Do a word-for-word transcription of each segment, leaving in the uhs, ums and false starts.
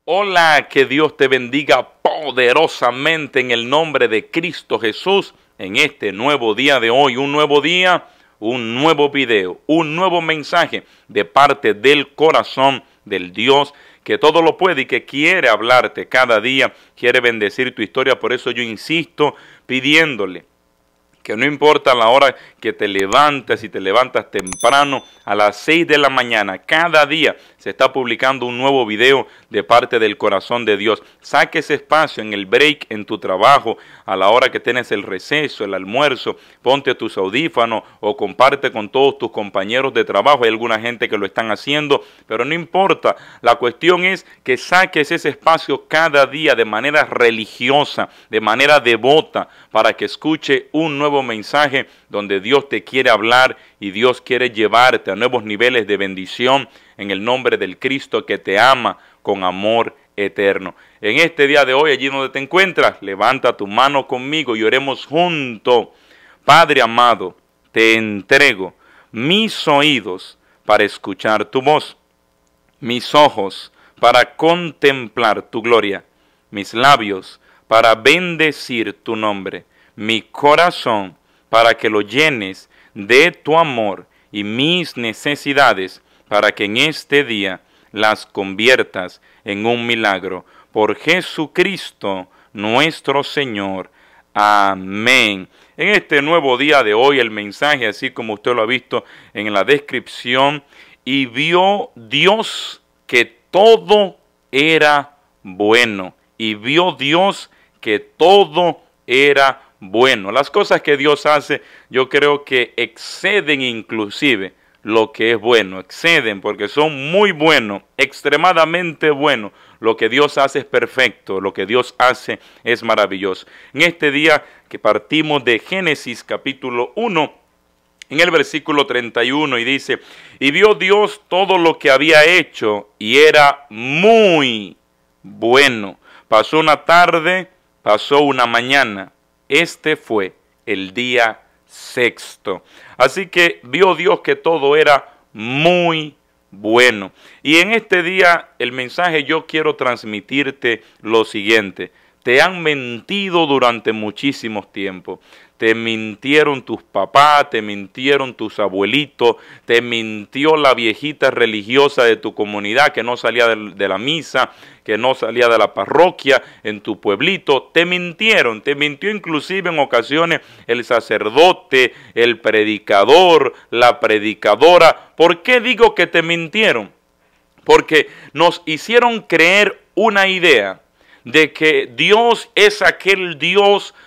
Hola, que Dios te bendiga poderosamente en el nombre de Cristo Jesús en este nuevo día de hoy, un nuevo día, un nuevo video, un nuevo mensaje de parte del corazón del Dios que todo lo puede y que quiere hablarte cada día, quiere bendecir tu historia. Por eso yo insisto pidiéndole que no importa la hora que te levantes, si te levantas temprano, a las seis de la mañana, cada día se está publicando un nuevo video de parte del corazón de Dios. Saque ese espacio en el break, en tu trabajo, a la hora que tienes el receso, el almuerzo, ponte tus audífonos o comparte con todos tus compañeros de trabajo. Hay alguna gente que lo están haciendo, pero no importa. La cuestión es que saques ese espacio cada día de manera religiosa, de manera devota, para que escuche un nuevo mensaje donde Dios te quiere hablar y Dios quiere llevarte a nuevos niveles de bendición en el nombre del Cristo que te ama con amor eterno. En este día de hoy, allí donde te encuentras, levanta tu mano conmigo y oremos juntos. Padre amado, te entrego mis oídos para escuchar tu voz, mis ojos para contemplar tu gloria, mis labios para bendecir tu nombre, mi corazón para que lo llenes de tu amor y mis necesidades para que en este día las conviertas en un milagro. Por Jesucristo nuestro Señor. Amén. En este nuevo día de hoy el mensaje, así como usted lo ha visto en la descripción, y vio Dios que todo era bueno. Y vio Dios que todo era bueno. Las cosas que Dios hace, yo creo que exceden inclusive lo que es bueno, exceden porque son muy buenos, extremadamente buenos. Lo que Dios hace es perfecto, lo que Dios hace es maravilloso. En este día que partimos de Génesis capítulo uno, en el versículo treinta y uno, y dice, y vio Dios todo lo que había hecho, y era muy bueno. Pasó una tarde, pasó una mañana. Este fue el día sexto. Así que vio Dios que todo era muy bueno. Y en este día el mensaje yo quiero transmitirte lo siguiente. Te han mentido durante muchísimos tiempos. Te mintieron tus papás, te mintieron tus abuelitos, te mintió la viejita religiosa de tu comunidad que no salía de, de la misa, que no salía de la parroquia en tu pueblito. Te mintieron, te mintió inclusive en ocasiones el sacerdote, el predicador, la predicadora. ¿Por qué digo que te mintieron? Porque nos hicieron creer una idea de que Dios es aquel Dios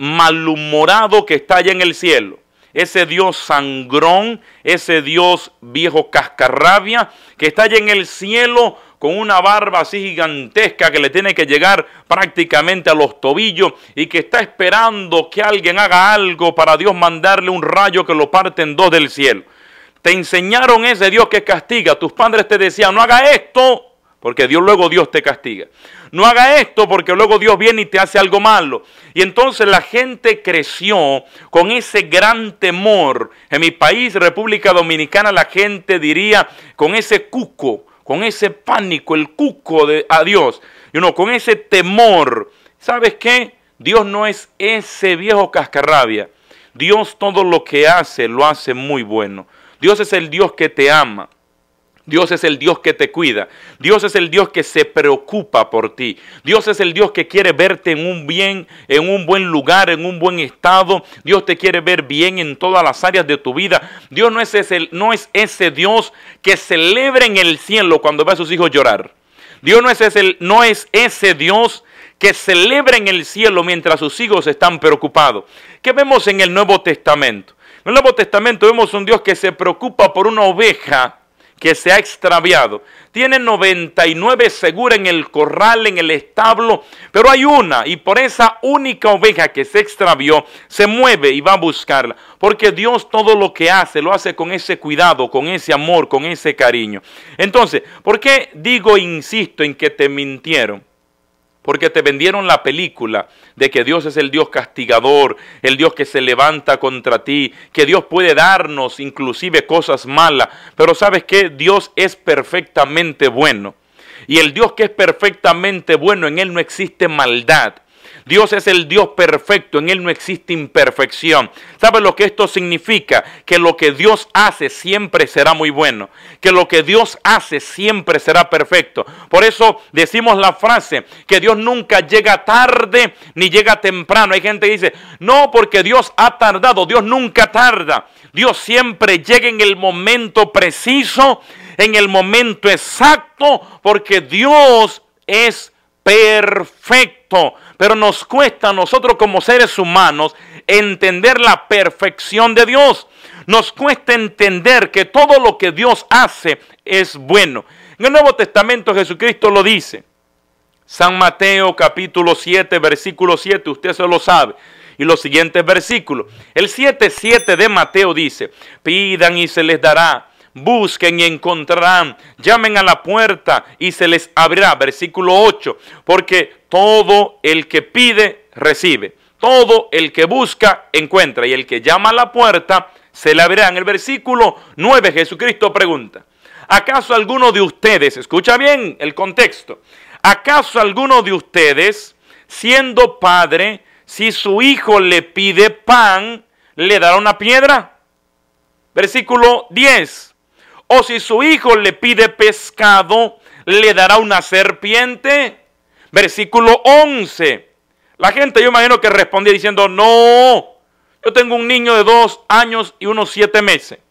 malhumorado que está allá en el cielo, ese Dios sangrón, ese Dios viejo cascarrabia que está allá en el cielo con una barba así gigantesca que le tiene que llegar prácticamente a los tobillos y que está esperando que alguien haga algo para Dios mandarle un rayo que lo parte en dos del cielo. Te enseñaron ese Dios que castiga. Tus padres te decían, no haga esto, porque Dios luego Dios te castiga. No haga esto porque luego Dios viene y te hace algo malo. Y entonces la gente creció con ese gran temor. En mi país, República Dominicana, la gente diría con ese cuco, con ese pánico, el cuco de, a Dios. Y uno con ese temor. ¿Sabes qué? Dios no es ese viejo cascarrabia. Dios todo lo que hace, lo hace muy bueno. Dios es el Dios que te ama. Dios es el Dios que te cuida. Dios es el Dios que se preocupa por ti. Dios es el Dios que quiere verte en un bien, en un buen lugar, en un buen estado. Dios te quiere ver bien en todas las áreas de tu vida. Dios no es ese, no es ese Dios que celebra en el cielo cuando ve a sus hijos llorar. Dios no es ese, no es ese Dios que celebra en el cielo mientras sus hijos están preocupados. ¿Qué vemos en el Nuevo Testamento? En el Nuevo Testamento vemos un Dios que se preocupa por una oveja que se ha extraviado. Tiene noventa y nueve segura en el corral, en el establo, pero hay una, y por esa única oveja que se extravió, se mueve y va a buscarla, porque Dios todo lo que hace, lo hace con ese cuidado, con ese amor, con ese cariño. Entonces, ¿por qué digo, insisto en que te mintieron? Porque te vendieron la película de que Dios es el Dios castigador, el Dios que se levanta contra ti, que Dios puede darnos inclusive cosas malas. Pero ¿sabes qué? Dios es perfectamente bueno. Y el Dios que es perfectamente bueno, en Él no existe maldad. Dios es el Dios perfecto, en Él no existe imperfección. ¿Sabe lo que esto significa? Que lo que Dios hace siempre será muy bueno. Que lo que Dios hace siempre será perfecto. Por eso decimos la frase que Dios nunca llega tarde ni llega temprano. Hay gente que dice, no, porque Dios ha tardado. Dios nunca tarda. Dios siempre llega en el momento preciso, en el momento exacto, porque Dios es perfecto. Pero nos cuesta a nosotros como seres humanos entender la perfección de Dios. Nos cuesta entender que todo lo que Dios hace es bueno. En el Nuevo Testamento Jesucristo lo dice. San Mateo capítulo siete, versículo siete, usted se lo sabe. Y los siguientes versículos. El siete siete de Mateo dice, pidan y se les dará. Busquen y encontrarán, llamen a la puerta y se les abrirá. Versículo ocho, porque todo el que pide, recibe. Todo el que busca, encuentra. Y el que llama a la puerta, se le abrirá. En el versículo nueve, Jesucristo pregunta, ¿acaso alguno de ustedes, escucha bien el contexto, acaso alguno de ustedes, siendo padre, si su hijo le pide pan, le dará una piedra? Versículo diez. O si su hijo le pide pescado, ¿le dará una serpiente? Versículo once. La gente, yo imagino que respondía diciendo, no, yo tengo un niño de dos años y unos siete meses.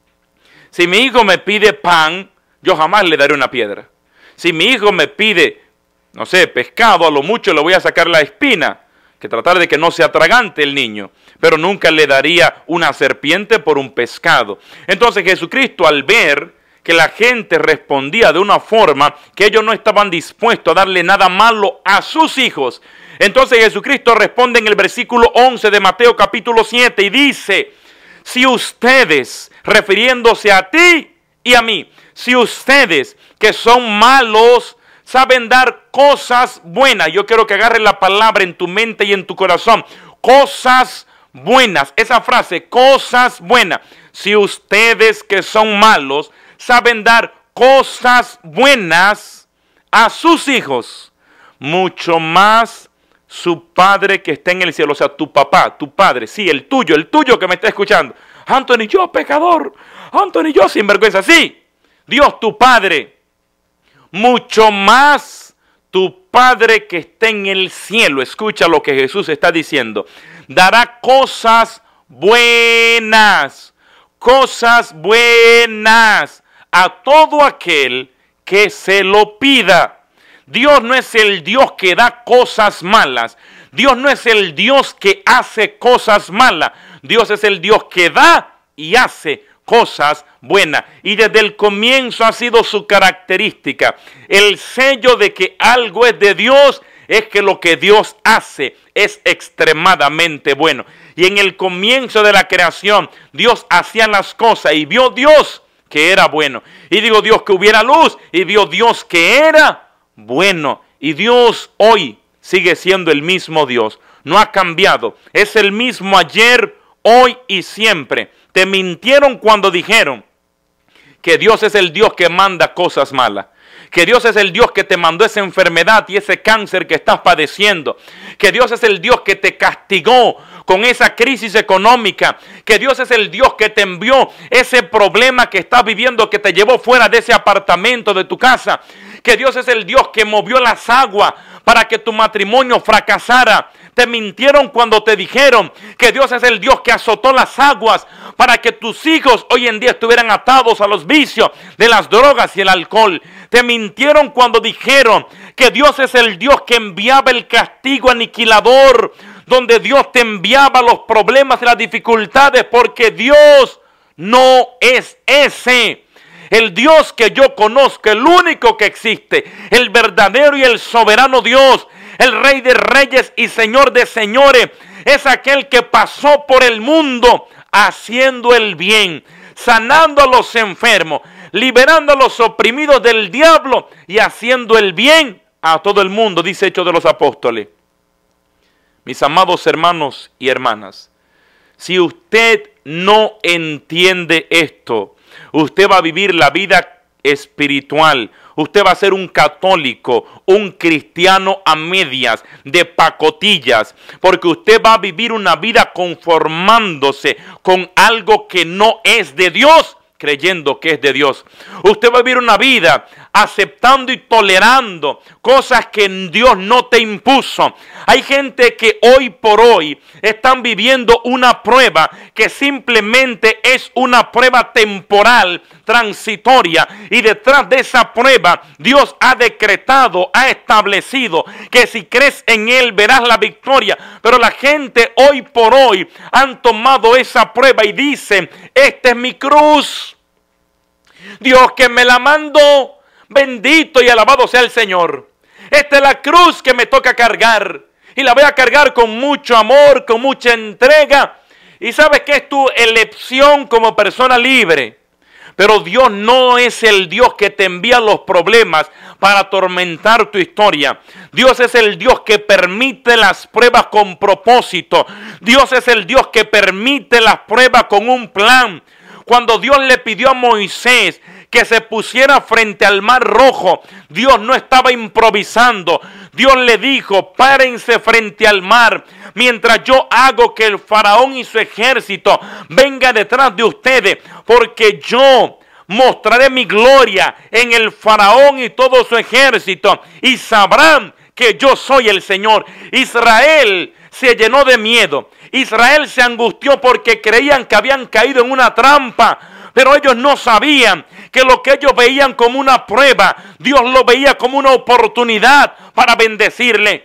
Si mi hijo me pide pan, yo jamás le daré una piedra. Si mi hijo me pide, no sé, pescado, a lo mucho le voy a sacar la espina, que tratar de que no se atragante el niño, pero nunca le daría una serpiente por un pescado. Entonces Jesucristo, al ver que la gente respondía de una forma que ellos no estaban dispuestos a darle nada malo a sus hijos, entonces Jesucristo responde en el versículo once de Mateo capítulo siete y dice, si ustedes, refiriéndose a ti y a mí, si ustedes que son malos, saben dar cosas buenas. Yo quiero que agarres la palabra en tu mente y en tu corazón. Cosas buenas. Esa frase, cosas buenas. Si ustedes que son malos saben dar cosas buenas a sus hijos, mucho más su Padre que está en el cielo. O sea, tu papá, tu padre, sí, el tuyo, el tuyo que me está escuchando. Anthony, yo pecador. Anthony, yo sinvergüenza. Sí, Dios tu Padre. Mucho más tu Padre que está en el cielo, escucha lo que Jesús está diciendo, dará cosas buenas, cosas buenas a todo aquel que se lo pida. Dios no es el Dios que da cosas malas. Dios no es el Dios que hace cosas malas. Dios es el Dios que da y hace cosas buenas. Y desde el comienzo ha sido su característica. El sello de que algo es de Dios es que lo que Dios hace es extremadamente bueno. Y en el comienzo de la creación, Dios hacía las cosas y vio Dios que era bueno. Y digo Dios que hubiera luz y vio Dios que era bueno. Y Dios hoy sigue siendo el mismo Dios. No ha cambiado. Es el mismo ayer, hoy y siempre. Te mintieron cuando dijeron que Dios es el Dios que manda cosas malas. Que Dios es el Dios que te mandó esa enfermedad y ese cáncer que estás padeciendo. Que Dios es el Dios que te castigó con esa crisis económica. Que Dios es el Dios que te envió ese problema que estás viviendo, que te llevó fuera de ese apartamento de tu casa. Que Dios es el Dios que movió las aguas para que tu matrimonio fracasara. Te mintieron cuando te dijeron que Dios es el Dios que azotó las aguas para que tus hijos hoy en día estuvieran atados a los vicios de las drogas y el alcohol. Te mintieron cuando dijeron que Dios es el Dios que enviaba el castigo aniquilador, donde Dios te enviaba los problemas y las dificultades, porque Dios no es ese. El Dios que yo conozco, el único que existe, el verdadero y el soberano Dios, el Rey de reyes y Señor de señores, es aquel que pasó por el mundo haciendo el bien, sanando a los enfermos, liberando a los oprimidos del diablo y haciendo el bien a todo el mundo, dice Hechos de los Apóstoles. Mis amados hermanos y hermanas, si usted no entiende esto, usted va a vivir la vida espiritual, usted va a ser un católico, un cristiano a medias, de pacotillas, porque usted va a vivir una vida conformándose con algo que no es de Dios, creyendo que es de Dios. Usted va a vivir una vida aceptando y tolerando cosas que Dios no te impuso. Hay gente que hoy por hoy están viviendo una prueba que simplemente es una prueba temporal, transitoria, y detrás de esa prueba Dios ha decretado, ha establecido que si crees en Él verás la victoria. Pero la gente hoy por hoy han tomado esa prueba y dicen: esta es mi cruz, Dios que me la mandó, bendito y alabado sea el Señor. Esta es la cruz que me toca cargar, y la voy a cargar con mucho amor, con mucha entrega. Y sabes que es tu elección como persona libre. Pero Dios no es el Dios que te envía los problemas para atormentar tu historia. Dios es el Dios que permite las pruebas con propósito. Dios es el Dios que permite las pruebas con un plan. Cuando Dios le pidió a Moisés que se pusiera frente al mar rojo, Dios no estaba improvisando. Dios le dijo: párense frente al mar, mientras yo hago que el faraón y su ejército venga detrás de ustedes, porque yo mostraré mi gloria en el faraón y todo su ejército, y sabrán que yo soy el Señor. Israel se llenó de miedo. Israel se angustió porque creían que habían caído en una trampa. Pero ellos no sabían que lo que ellos veían como una prueba, Dios lo veía como una oportunidad para bendecirle.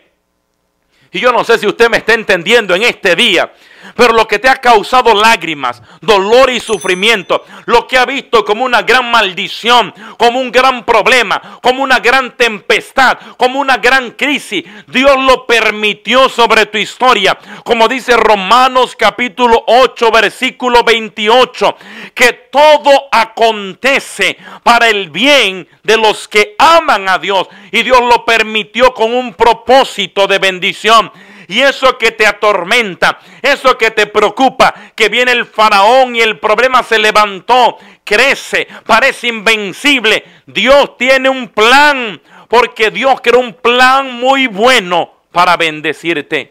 Y yo no sé si usted me está entendiendo en este día, pero lo que te ha causado lágrimas, dolor y sufrimiento, lo que ha visto como una gran maldición, como un gran problema, como una gran tempestad, como una gran crisis, Dios lo permitió sobre tu historia. Como dice Romanos capítulo ocho, versículo veintiocho, que todo acontece para el bien de los que aman a Dios. Y Dios lo permitió con un propósito de bendición. Y eso que te atormenta, eso que te preocupa, que viene el faraón y el problema se levantó, crece, parece invencible. Dios tiene un plan, porque Dios creó un plan muy bueno para bendecirte.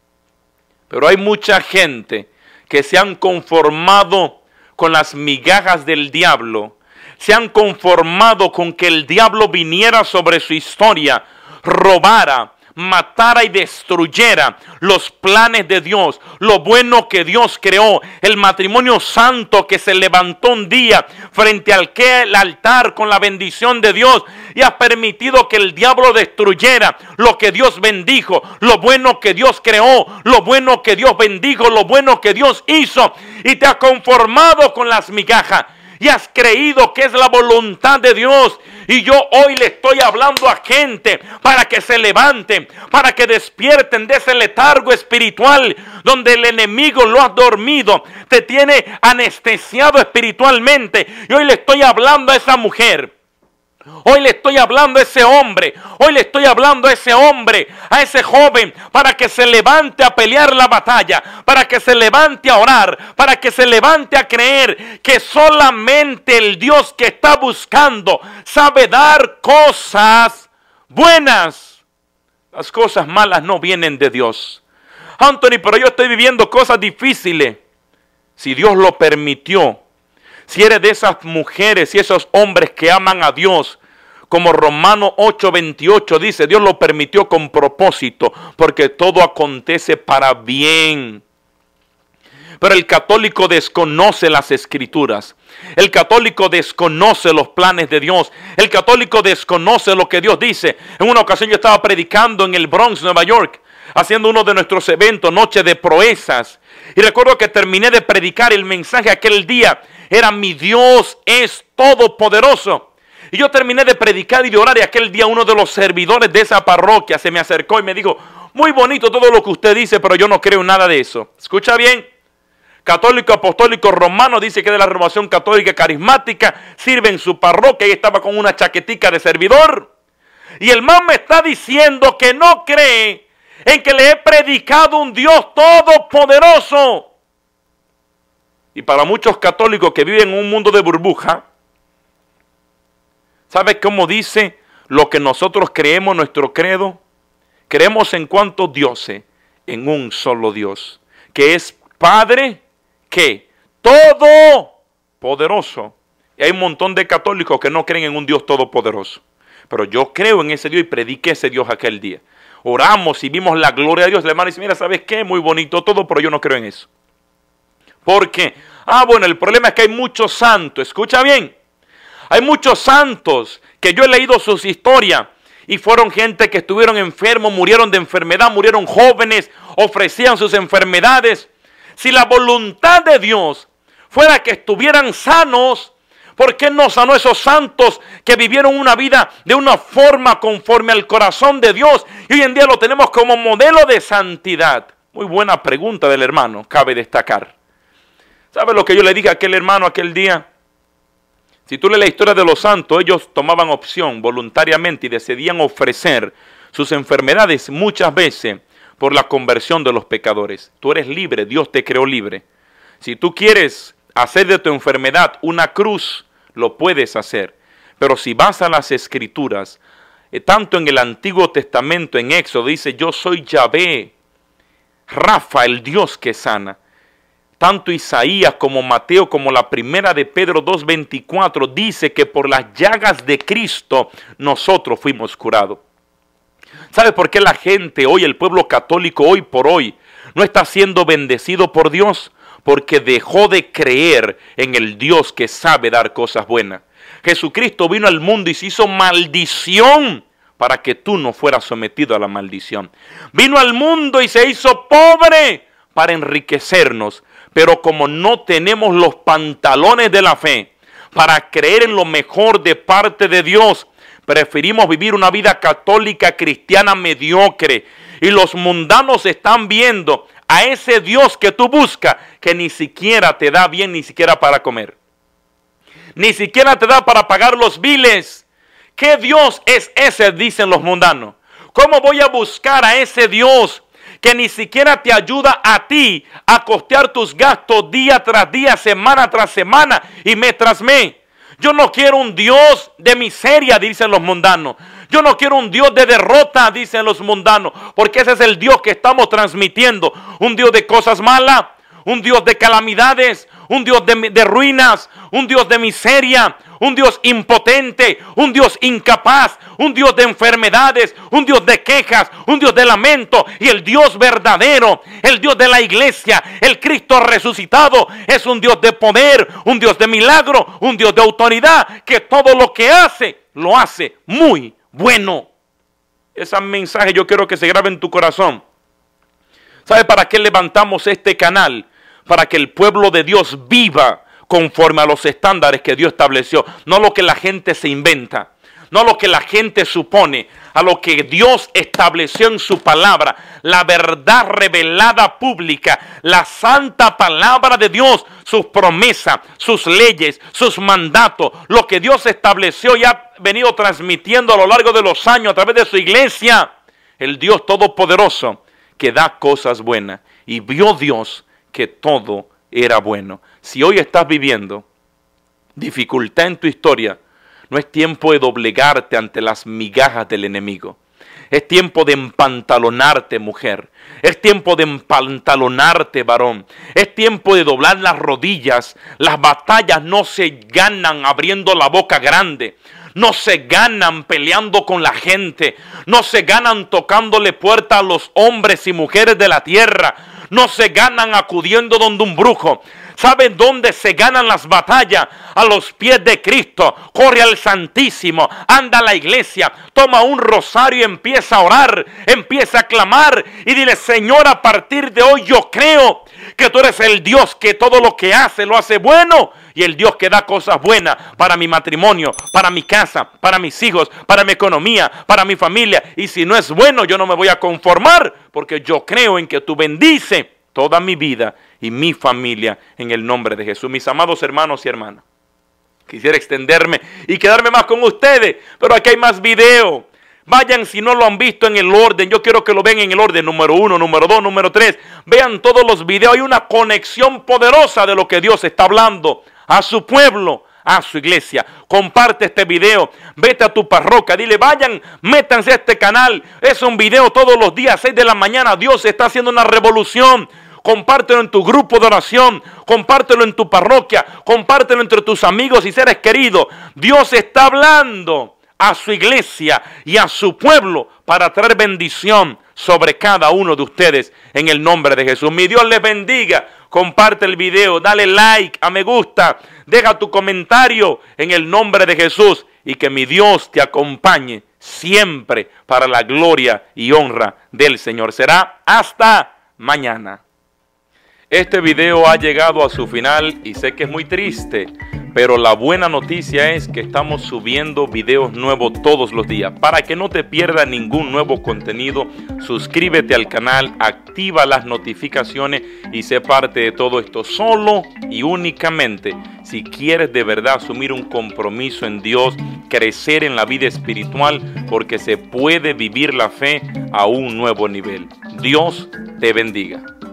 Pero hay mucha gente que se han conformado con las migajas del diablo, se han conformado con que el diablo viniera sobre su historia, robara, matara y destruyera los planes de Dios, lo bueno que Dios creó, el matrimonio santo que se levantó un día frente al que el altar con la bendición de Dios, y ha permitido que el diablo destruyera lo que Dios bendijo, lo bueno que Dios creó, lo bueno que Dios bendijo, lo bueno que Dios hizo, y te has conformado con las migajas y has creído que es la voluntad de Dios. Y yo hoy le estoy hablando a gente para que se levanten, para que despierten de ese letargo espiritual donde el enemigo lo ha dormido, te tiene anestesiado espiritualmente. Y hoy le estoy hablando a esa mujer, hoy le estoy hablando a ese hombre, hoy le estoy hablando a ese hombre, a ese joven, para que se levante a pelear la batalla, para que se levante a orar, para que se levante a creer que solamente el Dios que está buscando sabe dar cosas buenas. Las cosas malas no vienen de Dios. Anthony, pero yo estoy viviendo cosas difíciles. Si Dios lo permitió, si eres de esas mujeres y esos hombres que aman a Dios, como Romanos ocho veintiocho dice, Dios lo permitió con propósito, porque todo acontece para bien. Pero el católico desconoce las escrituras. El católico desconoce los planes de Dios. El católico desconoce lo que Dios dice. En una ocasión yo estaba predicando en el Bronx, Nueva York, haciendo uno de nuestros eventos, Noche de Proezas. Y recuerdo que terminé de predicar, el mensaje aquel día era: mi Dios es todopoderoso. Y yo terminé de predicar y de orar, y aquel día uno de los servidores de esa parroquia se me acercó y me dijo: muy bonito todo lo que usted dice, pero yo no creo en nada de eso. Escucha bien. Católico apostólico romano, dice que de la renovación católica carismática, sirve en su parroquia, y estaba con una chaquetica de servidor. Y el man me está diciendo que no cree en que le he predicado un Dios todopoderoso. Y para muchos católicos que viven en un mundo de burbuja, ¿Sabe cómo dice lo que nosotros creemos nuestro credo? Creemos en cuantos dioses, en un solo Dios, que es Padre, que todopoderoso. Y hay un montón de católicos que no creen en un Dios todopoderoso. Pero yo creo en ese Dios y prediqué ese Dios aquel día. Oramos y vimos la gloria de Dios. La hermana dice, mira, ¿sabes qué? Muy bonito todo, pero yo no creo en eso. ¿Por qué? Ah, bueno, el problema es que hay muchos santos. Escucha bien. Hay muchos santos que yo he leído sus historias. Y fueron gente que estuvieron enfermos, murieron de enfermedad, murieron jóvenes, ofrecían sus enfermedades. Si la voluntad de Dios fuera que estuvieran sanos, ¿por qué no sanó a esos santos que vivieron una vida de una forma conforme al corazón de Dios? Y hoy en día lo tenemos como modelo de santidad. Muy buena pregunta del hermano, cabe destacar. ¿Sabe lo que yo le dije a aquel hermano aquel día? Si tú lees la historia de los santos, ellos tomaban opción voluntariamente y decidían ofrecer sus enfermedades muchas veces por la conversión de los pecadores. Tú eres libre, Dios te creó libre. Si tú quieres hacer de tu enfermedad una cruz, lo puedes hacer. Pero si vas a las Escrituras, eh, tanto en el Antiguo Testamento, en Éxodo, dice, yo soy Yahvé, Rafa, el Dios que sana. Tanto Isaías como Mateo, como la primera de Pedro dos veinticuatro, dice que por las llagas de Cristo nosotros fuimos curados. ¿Sabe por qué la gente hoy, el pueblo católico hoy por hoy, no está siendo bendecido por Dios? Porque dejó de creer en el Dios que sabe dar cosas buenas. Jesucristo vino al mundo y se hizo maldición para que tú no fueras sometido a la maldición. Vino al mundo y se hizo pobre para enriquecernos. Pero como no tenemos los pantalones de la fe para creer en lo mejor de parte de Dios, preferimos vivir una vida católica cristiana mediocre. Y los mundanos están viendo a ese Dios que tú buscas, que ni siquiera te da bien, ni siquiera para comer. Ni siquiera te da para pagar los biles. ¿Qué Dios es ese? Dicen los mundanos. ¿Cómo voy a buscar a ese Dios que ni siquiera te ayuda a ti a costear tus gastos día tras día, semana tras semana y mes tras mes? Yo no quiero un Dios de miseria, dicen los mundanos. Yo no quiero un Dios de derrota, dicen los mundanos, porque ese es el Dios que estamos transmitiendo. Un Dios de cosas malas, un Dios de calamidades, un Dios de, de ruinas, un Dios de miseria, un Dios impotente, un Dios incapaz, un Dios de enfermedades, un Dios de quejas, un Dios de lamento. Y el Dios verdadero, el Dios de la iglesia, el Cristo resucitado, es un Dios de poder, un Dios de milagro, un Dios de autoridad, que todo lo que hace, lo hace muy bueno. Ese mensaje yo quiero que se grabe en tu corazón. ¿Sabe para qué levantamos este canal? Para que el pueblo de Dios viva conforme a los estándares que Dios estableció. No lo que la gente se inventa, no lo que la gente supone, a lo que Dios estableció en su palabra. La verdad revelada pública, la santa palabra de Dios, sus promesas, sus leyes, sus mandatos, lo que Dios estableció y ha venido transmitiendo a lo largo de los años a través de su iglesia. El Dios todopoderoso que da cosas buenas, y vio Dios que todo era bueno. Si hoy estás viviendo dificultad en tu historia, no es tiempo de doblegarte ante las migajas del enemigo. Es tiempo de empantalonarte, mujer. Es tiempo de empantalonarte, varón. Es tiempo de doblar las rodillas. Las batallas no se ganan abriendo la boca grande. No se ganan peleando con la gente. No se ganan tocándole puerta a los hombres y mujeres de la tierra. No se ganan acudiendo donde un brujo. ¿Saben dónde se ganan las batallas? A los pies de Cristo. Corre al Santísimo, anda a la iglesia, toma un rosario y empieza a orar, empieza a clamar y dile: Señor, a partir de hoy yo creo que tú eres el Dios que todo lo que hace lo hace bueno, y el Dios que da cosas buenas para mi matrimonio, para mi casa, para mis hijos, para mi economía, para mi familia. Y si no es bueno, yo no me voy a conformar, porque yo creo en que tú bendices toda mi vida y mi familia en el nombre de Jesús. Mis amados hermanos y hermanas, quisiera extenderme y quedarme más con ustedes, pero aquí hay más video. Vayan, si no lo han visto, en el orden. Yo quiero que lo vean en el orden número uno, número dos, número tres. Vean todos los videos. Hay una conexión poderosa de lo que Dios está hablando a su pueblo, a su iglesia. Comparte este video, vete a tu parroquia, dile, vayan, métanse a este canal. Es un video todos los días, seis de la mañana. Dios está haciendo una revolución. Compártelo en tu grupo de oración, compártelo en tu parroquia, compártelo entre tus amigos y seres queridos. Dios está hablando a su iglesia y a su pueblo para traer bendición sobre cada uno de ustedes en el nombre de Jesús. Mi Dios les bendiga. Comparte el video, dale like, a me gusta, deja tu comentario en el nombre de Jesús y que mi Dios te acompañe siempre para la gloria y honra del Señor. Será hasta mañana. Este video ha llegado a su final y sé que es muy triste, pero la buena noticia es que estamos subiendo videos nuevos todos los días. Para que no te pierdas ningún nuevo contenido, suscríbete al canal, activa las notificaciones y sé parte de todo esto solo y únicamente si quieres de verdad asumir un compromiso en Dios, crecer en la vida espiritual, porque se puede vivir la fe a un nuevo nivel. Dios te bendiga.